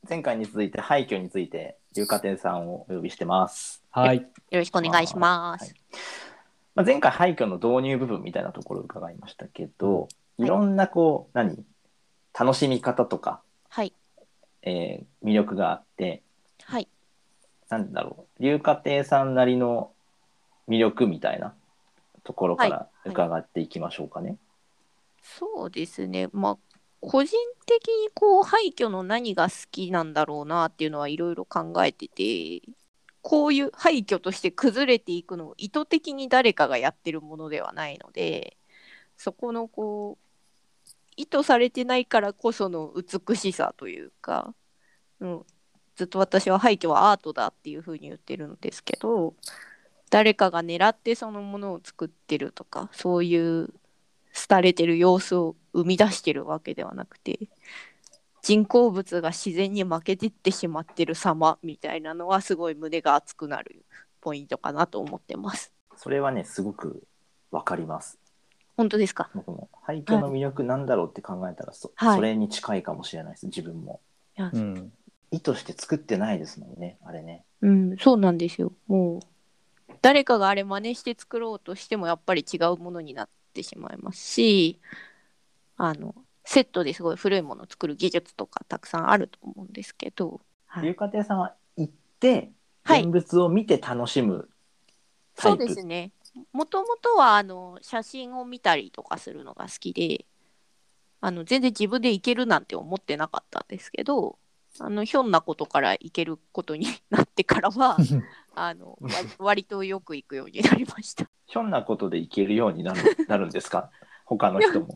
前回に続いて廃墟について龍華亭さんをお呼びしてます。 はい。 よろしくお願いします。 前回廃墟の導入部分みたいなところを伺いましたけど、いろんな楽しみ方とか、 はい魅力があって、 はい、 なんだろう、龍華亭さんなりの魅力みたいなところから伺っていきましょうかね。 そうですね。個人的に廃墟の何が好きなんだろうなっていうのはいろいろ考えてて、こういう廃墟として崩れていくのを意図的に誰かがやってるものではないので、そこの意図されてないからこその美しさというか、ずっと私は廃墟はアートだっていうふうに言ってるんですけど、誰かが狙ってそのものを作ってるとか、そういう廃れてる様子を生み出してるわけではなくて、人工物が自然に負けてってしまってる様みたいなのはすごい胸が熱くなるポイントかなと思ってます。 それはね、すごくわかります。 本当ですか？ 僕も廃墟の魅力なんだろうって考えたら、それに近いかもしれないです。自分も。意図して作ってないですもんね、あれね。 そうなんですよ。もう誰かがあれ真似して作ろうとしてもやっぱり違うものになってしまいますし、セットですごい古いものを作る技術とかたくさんあると思うんですけど、 龍華亭さんは行って現物を見て楽しむタイプ。 そうですね。もともとは写真を見たりとかするのが好きで、全然自分で行けるなんて思ってなかったんですけど、ひょんなことから行けることになってからは割とよく行くようになりました。 ひょんなことで行けるようになるんですか？他の人も。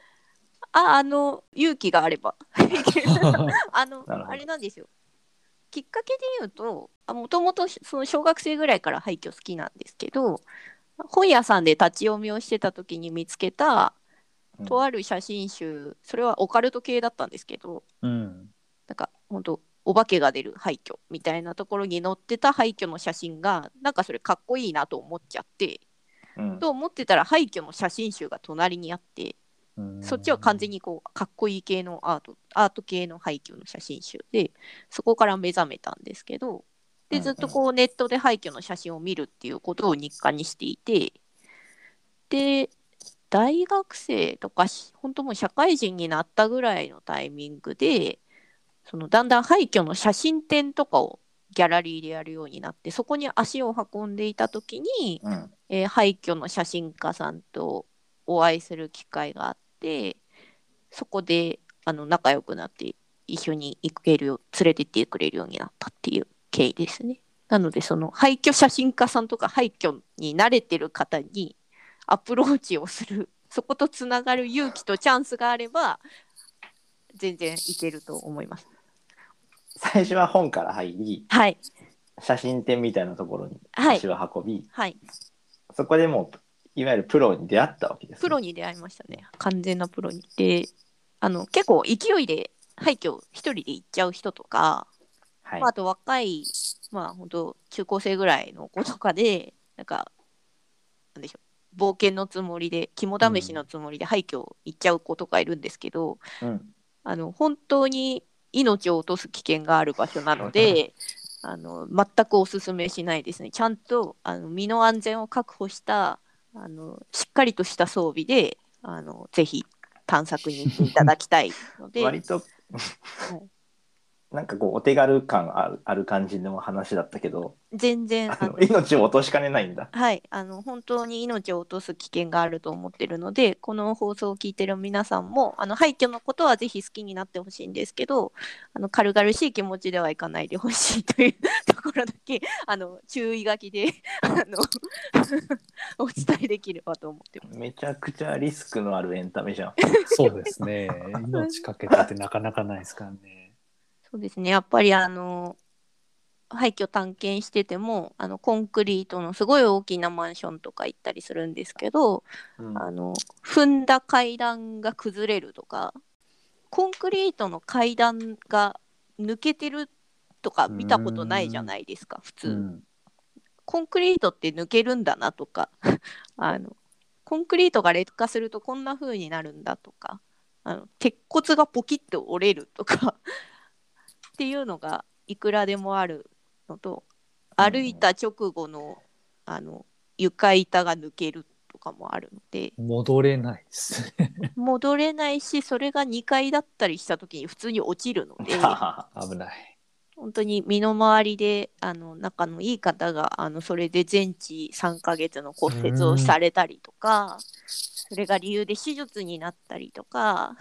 勇気があればあれなんですよ。きっかけで言うと、もともとその小学生ぐらいから廃墟好きなんですけど、本屋さんで立ち読みをしてた時に見つけたとある写真集、それはオカルト系だったんですけど、なんか本当お化けが出る廃墟みたいなところに載ってた廃墟の写真がなんかそれかっこいいなと思っちゃって、と思ってたら廃墟の写真集が隣にあって、そっちは完全にかっこいい系のアート系の廃墟の写真集で、そこから目覚めたんですけど、でずっとネットで廃墟の写真を見るっていうことを日課にしていて、で大学生とか本当もう社会人になったぐらいのタイミングで、だんだん廃墟の写真展とかをギャラリーでやるようになって、そこに足を運んでいた時に、廃墟の写真家さんとお会いする機会があって、そこで仲良くなって一緒に連れてってくれるようになったっていう経緯ですね。なのでその廃墟写真家さんとか廃墟に慣れてる方にアプローチをする、そことつながる勇気とチャンスがあれば全然いけると思います。 最初は本から入り、写真展みたいなところに足を運び、そこでもういわゆるプロに出会ったわけです、ね。 プロに出会いましたね。完全なプロに。で、結構勢いで廃墟一人で行っちゃう人とか、あと若い本当中高生ぐらいの子とかでなんでしょう、冒険のつもりで肝試しのつもりで廃墟行っちゃう子とかいるんですけど、本当に命を落とす危険がある場所なので全くおすすめしないですね。ちゃんと身の安全を確保したしっかりとした装備でぜひ探索に行っていただきたいので割となんかお手軽感ある感じの話だったけど、 全然命を落としかねないんだ。 本当に命を落とす危険があると思ってるので、この放送を聞いてる皆さんも廃墟のことはぜひ好きになってほしいんですけど、軽々しい気持ちではいかないでほしいというところだけ注意書きでお伝えできればと思ってます。 めちゃくちゃリスクのあるエンタメじゃん。 そうですね。命かけてってなかなかないですからね。 そうですね。やっぱり廃墟探検しててもコンクリートのすごい大きなマンションとか行ったりするんですけど、踏んだ階段が崩れるとか、コンクリートの階段が抜けてるとか見たことないじゃないですか普通。コンクリートって抜けるんだなとかコンクリートが劣化するとこんな風になるんだとか、鉄骨がポキッと折れるとかっっていうのがいくらでもあるのと、歩いた直後の床板が抜けるとかもあるので、 戻れないですね。 戻れないし、それが2階だったりした時に普通に落ちるので危ない。 本当に身の回りで仲のいい方がそれで全治3ヶ月の骨折をされたりとか、それが理由で手術になったりとか、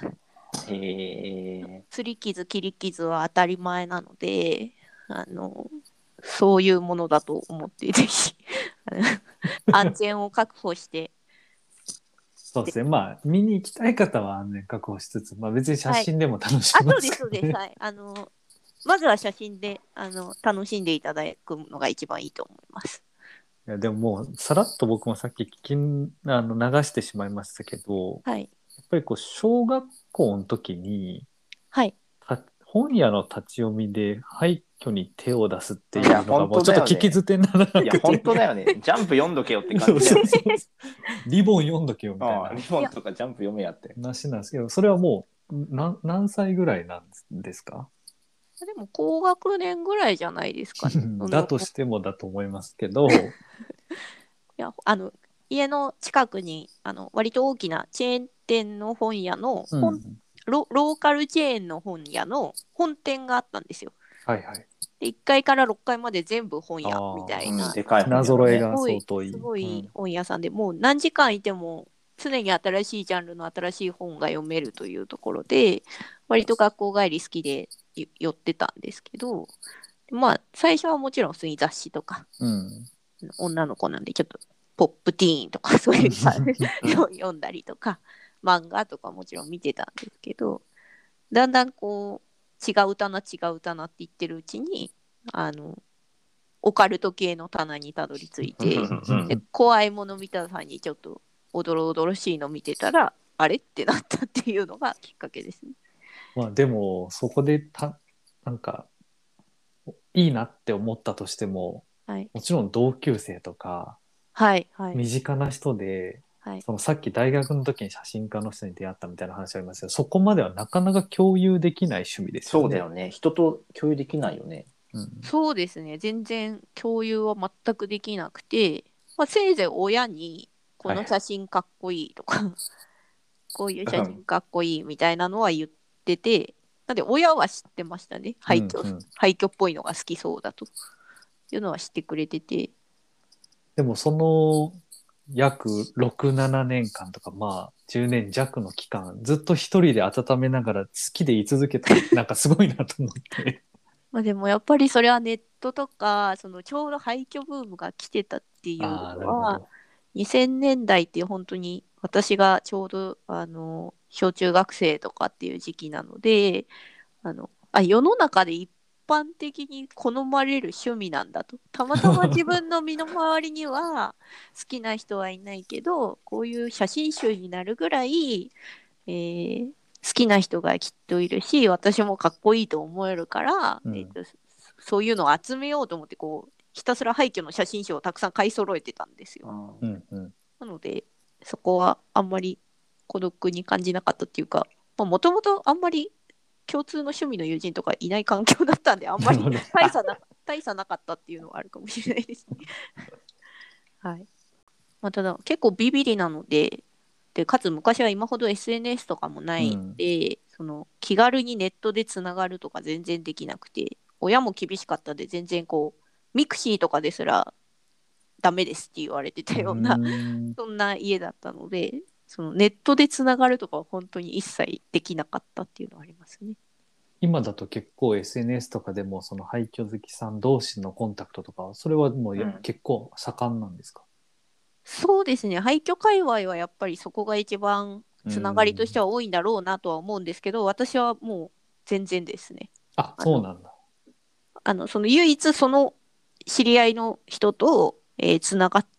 擦り傷切り傷は当たり前なので、そういうものだと思ってぜひ安全を確保してそうですね。まあ見に行きたい方は安全確保しつつ、まあ別に写真でも楽しめますからね。 そうですそうです。はい。まずは写真で楽しんでいただくのが一番いいと思います。 いやでももうさらっと僕もさっき流してしまいましたけど、 はい、 やっぱりこう小学校の時に、 はい、 本屋の立ち読みで廃墟に手を出すっていうのがもうちょっと聞き捨てならなくて、 いや本当だよね。ジャンプ読んどけよって感じだよね。 リボン読んどけよみたいな。 リボンとかジャンプ読めやって。 話なんですけど、それはもう何歳ぐらいなんですか？ でも高学年ぐらいじゃないですかね。 だとしてもだと思いますけどいや家の近くに割と大きなチェーン店の本屋のローカルチェーンの本屋の本店があったんですよ。 はいはい。 で1階から6階まで全部本屋みたいな、 でかい品揃えが相当いい。 すごい本屋さんで、もう何時間いても常に新しいジャンルの新しい本が読めるというところで、割と学校帰り好きで寄ってたんですけど、まあ最初はもちろん普通に雑誌とか、女の子なんでちょっとポップティーンとかそういう読んだりとか、漫画とかもちろん見てたんですけど、だんだんこう違う棚って言ってるうちにオカルト系の棚にたどり着いてで怖いもの見たさにちょっとおどろおどろしいの見てたらあれってなったっていうのがきっかけですね。 まあでもそこでなんかいいなって思ったとしても、 はい、 もちろん同級生とか、 はいはい、 身近な人で、そのさっき大学の時に写真家の人に出会ったみたいな話ありますけど、そこまではなかなか共有できない趣味ですよね。 そうだよね。人と共有できないよね。 そうですね。全然共有は全くできなくて、せいぜい親にこの写真かっこいいとか、こういう写真かっこいいみたいなのは言ってて、なんで親は知ってましたね。廃墟っぽいのが好きそうだというのは知ってくれてて。 でもその約6、7年間とか、まあ10年弱の期間、ずっと一人で温めながら好きで居続けたなんかすごいなと思って。 でもやっぱりそれはネットとかちょうど廃墟ブームが来てたっていうのは2000年代って本当に私がちょうど小中学生とかっていう時期なので世の中で一般的に好まれる趣味なんだと。たまたま自分の身の回りには好きな人はいないけどこういう写真集になるぐらい、好きな人がきっといるし私もかっこいいと思えるから、そういうのを集めようと思ってひたすら廃墟の写真集をたくさん買い揃えてたんですよ。なのでそこはあんまり孤独に感じなかったっていうか、もともとあんまり共通の趣味の友人とかいない環境だったんであんまり大差なかったっていうのはあるかもしれないですね。はい。ただ結構ビビリなのでかつ昔は今ほど SNS とかもないんで、気軽にネットでつながるとか全然できなくて、親も厳しかったんで全然ミクシーとかですらダメですって言われてたようなそんな家だったので、ネットでつながるとかは本当に一切できなかったっていうのはありますね。 今だと結構 SNS とかでもその廃墟好きさん同士のコンタクトとか、それはもう結構盛んなんですか？ そうですね。廃墟界隈はやっぱりそこが一番つながりとしては多いんだろうなとは思うんですけど、私はもう全然ですね。 そうなんだ。 唯一その知り合いの人とつながって、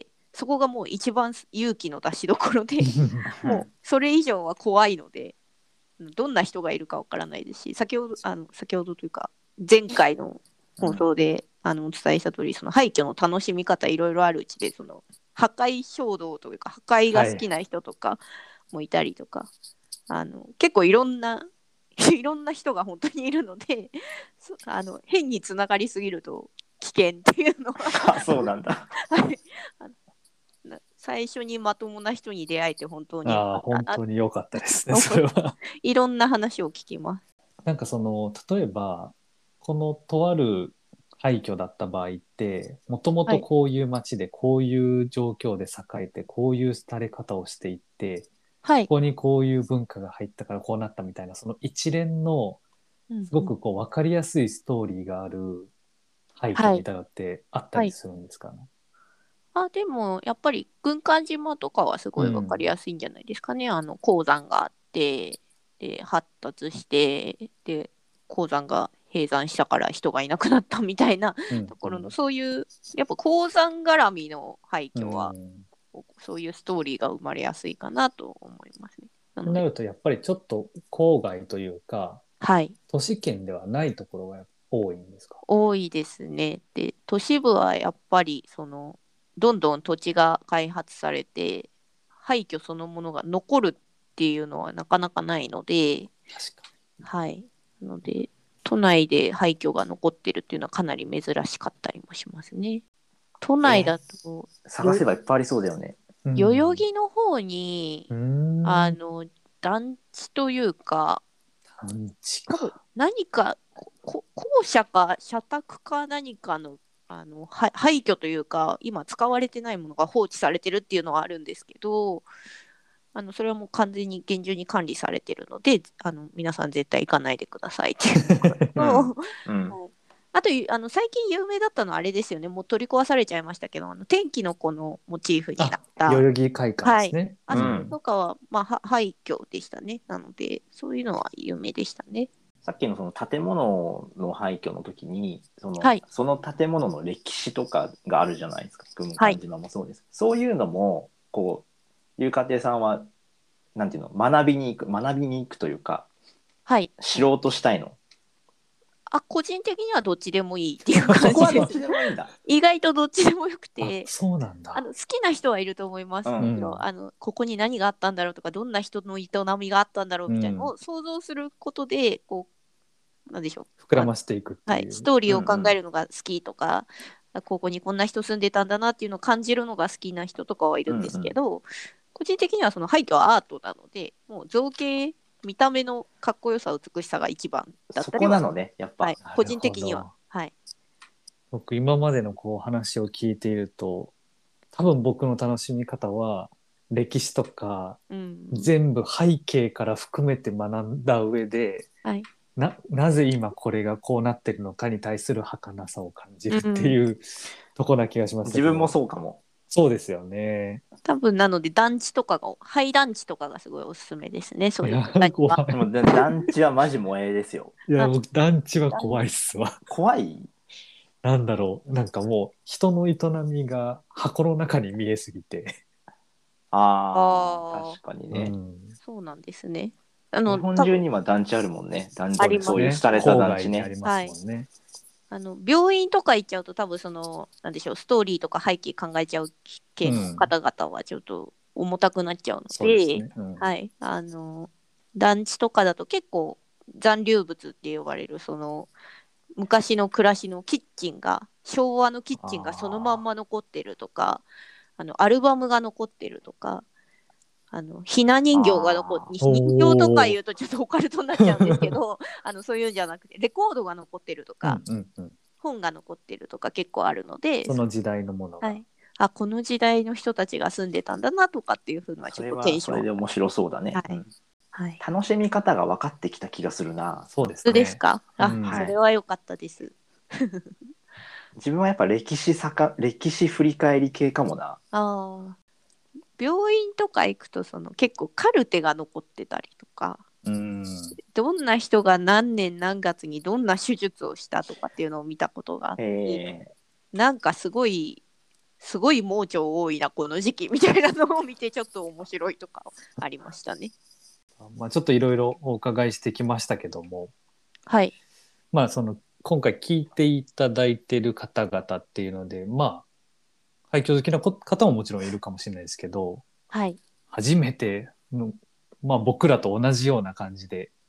そこがもう一番勇気の出しどころでもうそれ以上は怖いので、どんな人がいるかわからないですし、先ほどというか前回の放送でお伝えした通り、その廃墟の楽しみ方いろいろあるうちで破壊衝動というか破壊が好きな人とかもいたりとか、結構いろんないろんな人が本当にいるので変につながりすぎると危険っていうのはそうなんだ。 はい、最初にまともな人に出会えて本当に本当に良かったですねそれは。 いろんな話を聞きます。 なんか例えばこのとある廃墟だった場合ってもともとこういう町でこういう状況で栄えてこういう廃れ方をしていって、 はい、 ここにこういう文化が入ったからこうなったみたいなその一連のすごく分かりやすいストーリーがある廃墟みたいなのってあったりするんですかね。 でもやっぱり軍艦島とかはすごい分かりやすいんじゃないですかね。鉱山があってで発達してで鉱山が閉山したから人がいなくなったみたいなところの、そういうやっぱ鉱山絡みの廃墟は、そういうストーリーが生まれやすいかなと思いますね。 なるとやっぱりちょっと郊外というか、都市圏ではないところが多いんですか？ 多いですね。で都市部はやっぱりどんどん土地が開発されて廃墟そのものが残るっていうのはなかなかないので、 確かに、はい、なので都内で廃墟が残ってるっていうのはかなり珍しかったりもしますね。都内だと、 探せばいっぱいありそうだよね。 代々木の方に団地というか、何か校舎か社宅か何かの廃墟というか今使われてないものが放置されてるっていうのはあるんですけど、それはもう完全に厳重に管理されてるので皆さん絶対行かないでくださいっていうのと、あと最近有名だったのはあれですよね。もう取り壊されちゃいましたけど天気の子のモチーフになった代々木会館ですね。 あそことかは、廃墟でしたね。なのでそういうのは有名でしたね。 さっきのその建物の廃墟の時にその建物の歴史とかがあるじゃないですか。軍艦島もそうです。そういうのもこういう家庭さんはなんていうの学びに行くというか、知ろうとしたいの。 個人的にはどっちでもいいっていう感じです。そこはどっちでもいいんだ。 意外とどっちでもよくて。 そうなんだ。 好きな人はいると思います。ここに何があったんだろうとかどんな人の営みがあったんだろうみたいなのを想像することでなんでしょう、 膨らましていくっていう、 ストーリーを考えるのが好きとか、ここにこんな人住んでたんだなっていうのを感じるのが好きな人とかはいるんですけど、個人的にはその廃墟はアートなのでもう造形見た目のかっこよさ美しさが一番だったりは、そこなのねやっぱ、 個人的には。 僕今までの話を聞いていると多分僕の楽しみ方は歴史とか、全部背景から含めて学んだ上で、なぜ今これがこうなってるのかに対する儚さを感じるっていうとこな気がします。 自分もそうかも。 そうですよね。 多分なので団地とかが廃団地とかがすごいおすすめですね。そういう怖い。でも団地はマジ萌えですよ。 いや僕団地は怖いっすわ。 怖い。 なんだろう、なんかもう人の営みが箱の中に見えすぎて。 確かにね、 そうなんですね。 日本中には団地あるもんね。そういう廃れた団地ね。 ありますもんね。 病院とか行っちゃうと多分なんでしょう、ストーリーとか背景考えちゃう系の方々はちょっと重たくなっちゃうので、団地とかだと結構残留物って呼ばれる昔の暮らしのキッチンが昭和のキッチンがそのまんま残ってるとか、アルバムが残ってるとか、ひな人形が残って人形とか言うとちょっとオカルトになっちゃうんですけどそういうんじゃなくてレコードが残ってるとか、本が残ってるとか結構あるので、 その時代のものが、この時代の人たちが住んでたんだなとかっていうふうにはちょっとテンション。 それで面白そうだね。楽しみ方が分かってきた気がするな。 そうですね。 ですか。それは良かったです。 自分はやっぱ歴史振り返り系かもな。 病院とか行くと結構カルテが残ってたりとか、どんな人が何年何月にどんな手術をしたとかっていうのを見たことがあって、なんかすごい盲腸多いなこの時期みたいなのを見てちょっと面白いとかありましたね。 ちょっといろいろお伺いしてきましたけども、今回聞いていただいている方々っていうので廃墟好きな方ももちろんいるかもしれないですけど、初めての、僕らと同じような感じで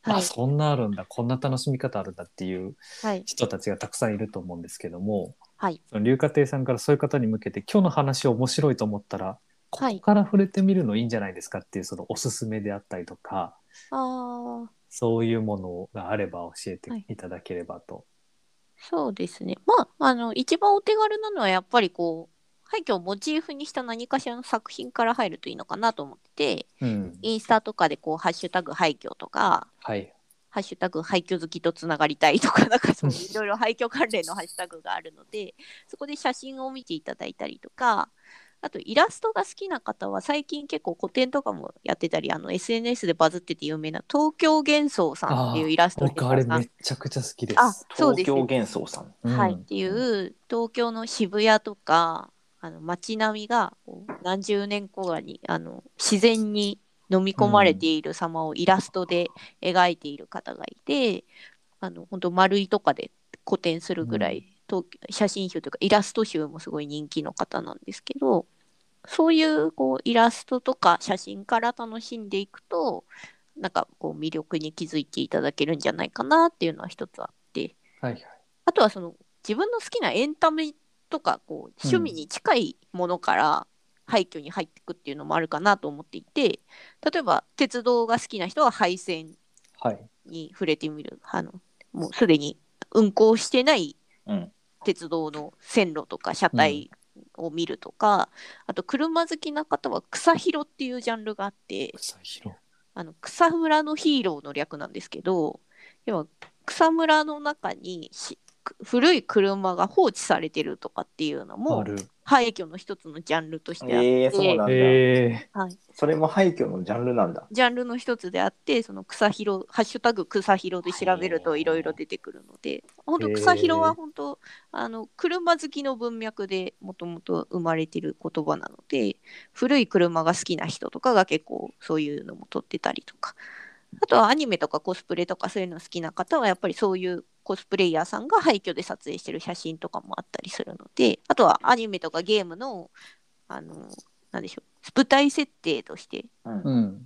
あ、そんなあるんだ、こんな楽しみ方あるんだっていうはい。 人たちがたくさんいると思うんですけども、 はい。 その龍華亭さんからそういう方に向けて今日の話面白いと思ったらこはい。 こから触れてみるのいいんじゃないですかっていうそのおすすめであったりとか、 ああ、 そういうものがあれば教えてはい。 いただければと。 そうですね。まあ、一番お手軽なのはやっぱりこう、廃墟をモチーフにした何かしらの作品から入るといいのかなと思ってて、 うん。 インスタとかでこう、ハッシュタグ廃墟とか、 はい。 ハッシュタグ廃墟好きとつながりたいとか、なんかそういろいろ廃墟関連のハッシュタグがあるので、そこで写真を見ていただいたりとか、あとイラストが好きな方は最近結構個展とかもやってたり、SNS でバズってて有名な東京幻想さんっていうああ、 イラストレー僕あれターさん。 めちゃくちゃ好きであ、 す。 東京そうですよ。 幻想さん。 はい。っうん。 ていう東京の渋谷とか、街並みがこう何十年後かに自然に飲み込まれている様をイラストで描いている方がいて、本当丸いとかで個展するぐらい、写真集というかイラスト集もすごい人気の方なんですけど、そういうこうイラストとか写真から楽しんでいくと、なんかこう魅力に気づいていただけるんじゃないかなっていうのは一つあって、 はいはい。 あとはその自分の好きなエンタメとかこう趣味に近いものから廃墟に入っていくっていうのもあるかなと思っていて、例えば鉄道が好きな人は廃線はい。 に触れてみる。もうすでに運行してないうん。 鉄道の線路とか車うん。 体を見るとか、あと車好きな方は草広っていうジャンルがあって、 草広。 草むらのヒーローの略なんですけど、要は草むらの中に古い車が放置されてるとかっていうのもある。 廃墟の一つのジャンルとしてあっそうて、 なんだ。 はい、 それも廃墟のジャンルなんだ。 ジャンルの一つであって、その草広、ハッシュタグ草広で調べるといろいろ出てくるので、本当草広は本当、車好きの文脈でもともと生まれてる言葉なので、古い車が好きな人とかが結構そういうのも撮ってたりとか、あとはアニメとかコスプレとかそういうの好きな方はやっぱりそういうコスプレイヤーさんが廃墟で撮影してる写真とかもあったりするので、あとはアニメとかゲームのなんでしょう、舞台設定としてうん。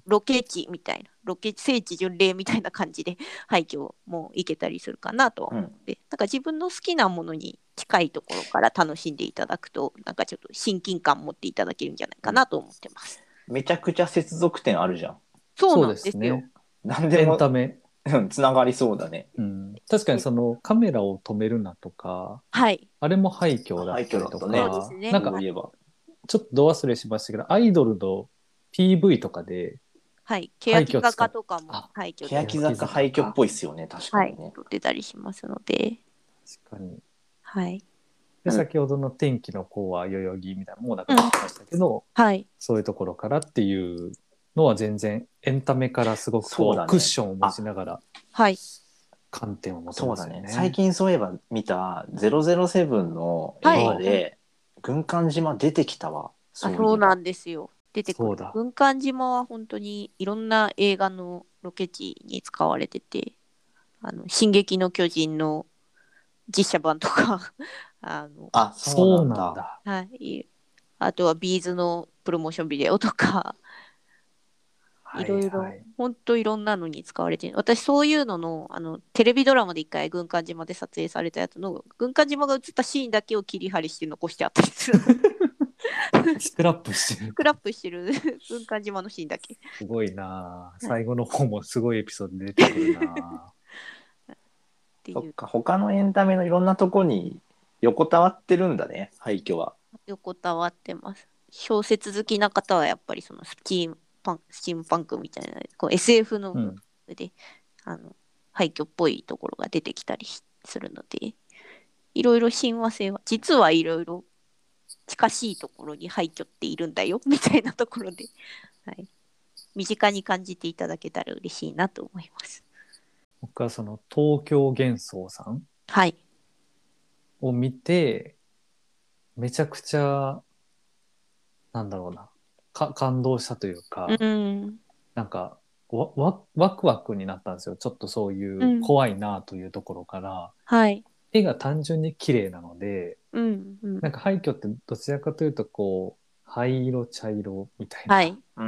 ロケ地みたいな、ロケ聖地巡礼みたいな感じで廃墟も行けたりするかなとは思って、なんか自分の好きなものに近いところから楽しんでいただくと、なんかちょっと親近感持っていただけるんじゃないかなと思ってます。 めちゃくちゃ接続点あるじゃん。 そうそうなんですよ。 ですね。 なんでエンタもメ。 つながりそうだね。 うん。確かにそのカメラを止めるなとか、 はい。 あれも廃墟だっ廃たりと墟だったね。 そうでか、 すね。 なんかそういえば。 ちょっとど忘れしましたけど、アイドルの PV とかではい。 廃欅墟使っ、 坂とかもあ、 廃墟で、 欅坂廃墟っぽいっすよね、確かはい、 にね。 撮ってたりしますので、 確かに。 はい。 で、先ほどの天気の子は代々木みたいな、もうなくなってましたけど、 はい。 そういうところからっていうのは全然エンタメからすごくそうだねクッションを持ちながらはい。 観点を持てそうだね。 ますよね。 最近そういえば見た007の映画で、軍艦島出てきたわ。 そうなんですよ。出てくる。 そうだ。 軍艦島は本当にいろんな映画のロケ地に使われてて、進撃の巨人の実写版とかそうそうなんだ。 なんだ。 はい。あとはビーズのプロモーションビデオとか、いろいろ、本当いろんなのに使われてる。私そういうのの、テレビドラマで一回軍艦島で撮影されたやつの、軍艦島が映ったシーンだけを切り張りして残してあったりする。 スクラップしてる。 スクラップしてる軍艦島のシーンだけ。 すごいな、最後の方もすごいエピソード出てくるなっていう。 そっか、他のエンタメのいろんなとこに横たわってるんだね、廃墟は。 横たわってます。小説好きな方はやっぱりそのスチームパンクみたいなこう SF ので、廃墟っぽいところが出てきたりするので、いろいろ親和性は実はいろいろ近しいところに廃墟っているんだよみたいなところで、はい、身近に感じていただけたら嬉しいなと思います。 僕はその東京幻想さんを見て、めちゃくちゃなんだろうな、感動したというか、なんかワクワクになったんですよ。ちょっとそういう怖いなというところから、絵が単純に綺麗なので、なんか廃墟ってどちらかというとこう灰色茶色みたいな、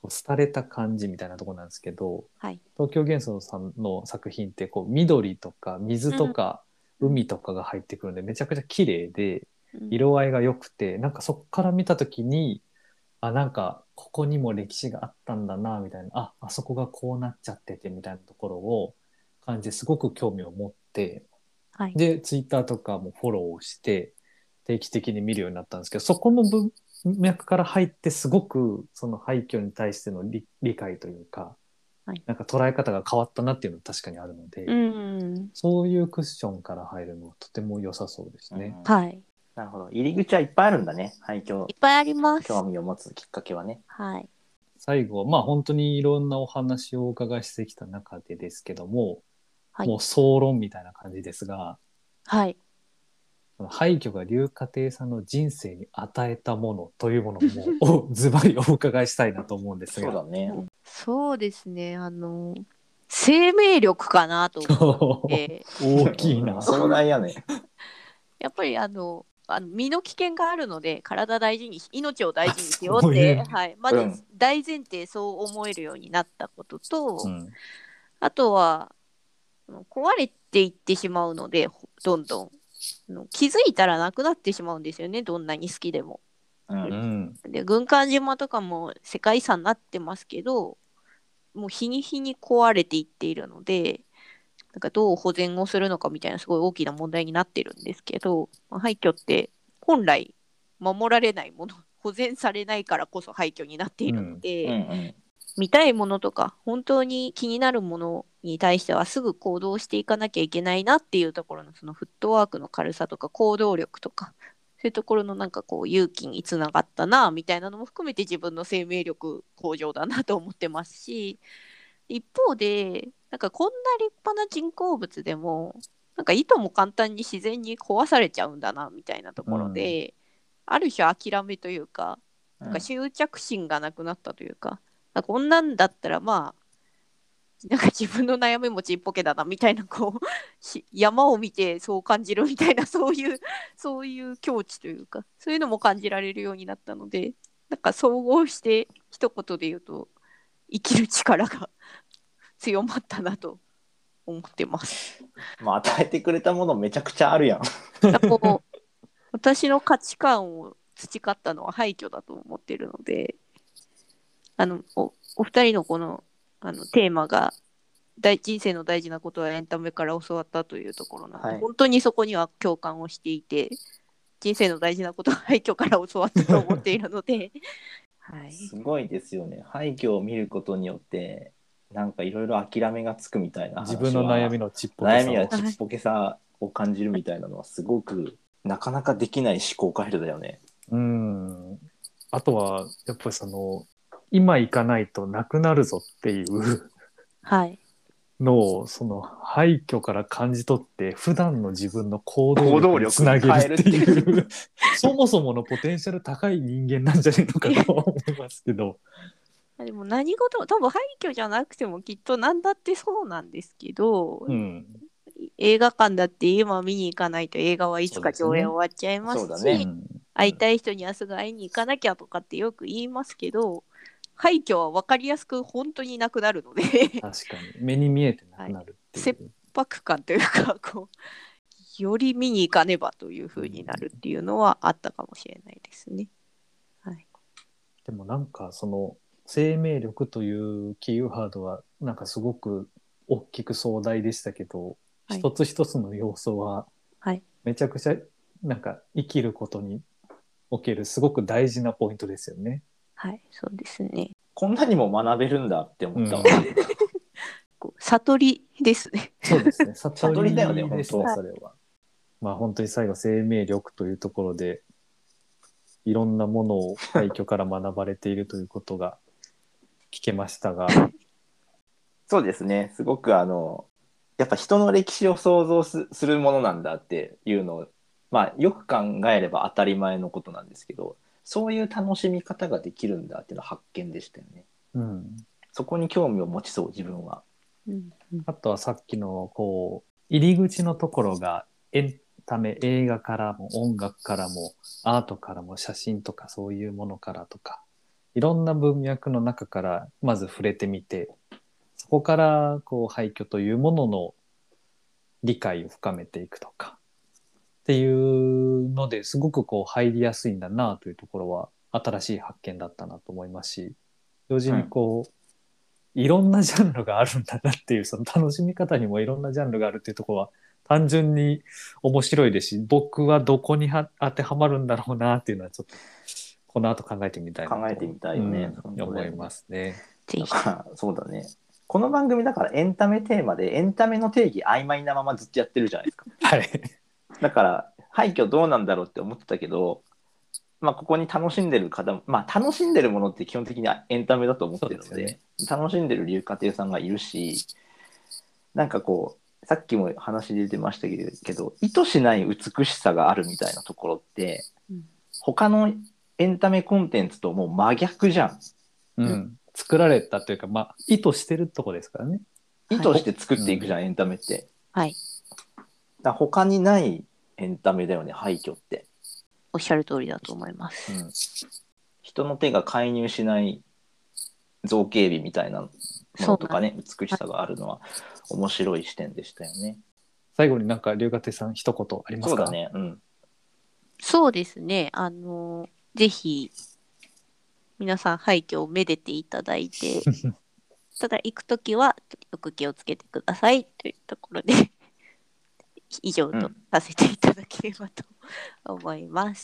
廃れた感じみたいなところなんですけど、 はい、 東京幻想さんの作品ってこう緑とか水とか海とかが入ってくるんで、めちゃくちゃ綺麗で色合いが良くて、なんかそこから見た時になんかここにも歴史があったんだなみたいな、あそこがこうなっちゃっててみたいなところを感じてすごく興味を持って、 はい、 でツイッターとかもフォローをして定期的に見るようになったんですけど、そこの文脈から入ってすごくその廃墟に対しての理解というか、 はい、 なんか捉え方が変わったなっていうのは確かにあるので、そういうクッションから入るのはとても良さそうですね。 はい。 なるほど。入り口はいっぱいあるんだね。廃墟。 いっぱいあります。 興味を持つきっかけはね。 はい。 最後はまあ本当にいろんなお話をお伺いしてきた中でですけども、 はい、 もう総論みたいな感じですが、 はい。 廃墟が龍華亭さんの人生に与えたものというものもズバリお伺いしたいなと思うんですが。 そうだね。 そうですね。生命力かなと思って。 大きいな。 壮大やね。 やっぱり身の危険があるので、体大事に命を大事にしようって、はい、まず大前提そう思えるようになったことと、あとは壊れていってしまうので、どんどん気づいたらなくなってしまうんですよね、どんなに好きでも。で、軍艦島とかも世界遺産になってますけど、もう日に日に壊れていっているので、なんかどう保全をするのかみたいなすごい大きな問題になってるんですけど、廃墟って本来守られないもの、保全されないからこそ廃墟になっているので、見たいものとか本当に気になるものに対してはすぐ行動していかなきゃいけないなっていうところのそのフットワークの軽さとか行動力とか、そういうところのなんかこう勇気につながったなみたいなのも含めて自分の生命力向上だなと思ってますし、一方でなんかこんな立派な人工物でもなんかいとも簡単に自然に壊されちゃうんだなみたいなところで、ある種諦めというか、なんか執着心がなくなったというか、こんなんだったらまあなんか自分の悩みもちっぽけだなみたいな、こう山を見てそう感じるみたいな、そういう境地というか、そういうのも感じられるようになったので、なんか総合して一言で言うと生きる力が強まったなと思ってます。 まあ与えてくれたものめちゃくちゃあるやん。 もう私の価値観を培ったのは廃墟だと思ってるので、お二人のこのテーマが人生の大事なことはエンタメから教わったというところなので、本当にそこには共感をしていて、人生の大事なことは廃墟から教わったと思っているのではい、すごいですよね。廃墟を見ることによってなんかいろいろ諦めがつくみたいな話は、 自分の悩みのちっぽけさ、 悩みやちっぽけさを感じるみたいなのはすごくなかなかできない思考回路だよね。 あとはやっぱりその今行かないとなくなるぞっていうのをその廃墟から感じ取って普段の自分の行動力につなげるっていうそもそものポテンシャル高い人間なんじゃないのかと思いますけど。 でも何事も多分廃墟じゃなくてもきっと何だってそうなんですけど、映画館だって今見に行かないと映画はいつか上映終わっちゃいますし、会いたい人にはすぐ会いに行かなきゃとかってよく言いますけど、廃墟は分かりやすく本当になくなるので確かに目に見えてなくなるっていう、 切迫感というかこうより見に行かねばというふうになるっていうのはあったかもしれないですね。 でもなんかその生命力というキーワードはなんかすごく大きく壮大でしたけど、一つ一つの要素はめちゃくちゃなんか生きることにおけるすごく大事なポイントですよね。 はい、そうですね。 こんなにも学べるんだって思ったわ。 悟りですね。 そうですね。 悟りだよね、本当。 それは。まあ本当に最後生命力というところでいろんなものを廃墟から学ばれているということが聞けましたが。 そうですね。すごくやっぱ人の歴史を想像するものなんだっていうのを、まあよく考えれば当たり前のことなんですけど、そういう楽しみ方ができるんだっていうのは発見でしたよね。そこに興味を持ちそう、自分は。 あとはさっきのこう入り口のところがエンタメ、映画からも音楽からもアートからも写真とかそういうものからとかいろんな文脈の中からまず触れてみて、そこからこう廃墟というものの理解を深めていくとかっていうのですごくこう入りやすいんだなというところは新しい発見だったなと思いますし、同時にこう、いろんなジャンルがあるんだなっていう、その楽しみ方にもいろんなジャンルがあるっていうところは単純に面白いですし、僕はどこに当てはまるんだろうなっていうのはちょっとこの後考えてみたいなと考えてみたいよね、 思いますね。 だからそうだね。この番組だからエンタメテーマでエンタメの定義曖昧なままずっとやってるじゃないですか。 はい。 だから廃墟どうなんだろうって思ってたけど、まあここに楽しんでる方、まあ楽しんでるものって基本的にエンタメだと思ってるので、楽しんでる龍華亭さんがいるし、なんかこうさっきも話出てましたけど、意図しない美しさがあるみたいなところって、他のエンタメコンテンツともう真逆じゃん。 うん。作られたというか、まあ、意図してるとこですからね。 意図して作っていくじゃん、エンタメって。 はい。 だ他にないエンタメだよね、廃墟って。 おっしゃる通りだと思います。 人の手が介入しない造形美みたいなものとかね、美しさがあるのは面白い視点でしたよね。 最後になんか龍華亭さん一言ありますか？ そうだね。 そうですね。ぜひ皆さん廃墟をめでていただいてただ行くときはよく気をつけてくださいというところで以上とさせていただければと思います。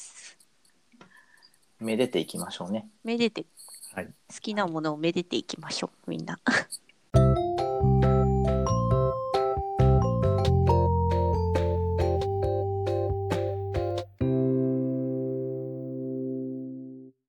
めでていきましょうね。 めでて、 はい、 好きなものをめでていきましょう、みんな。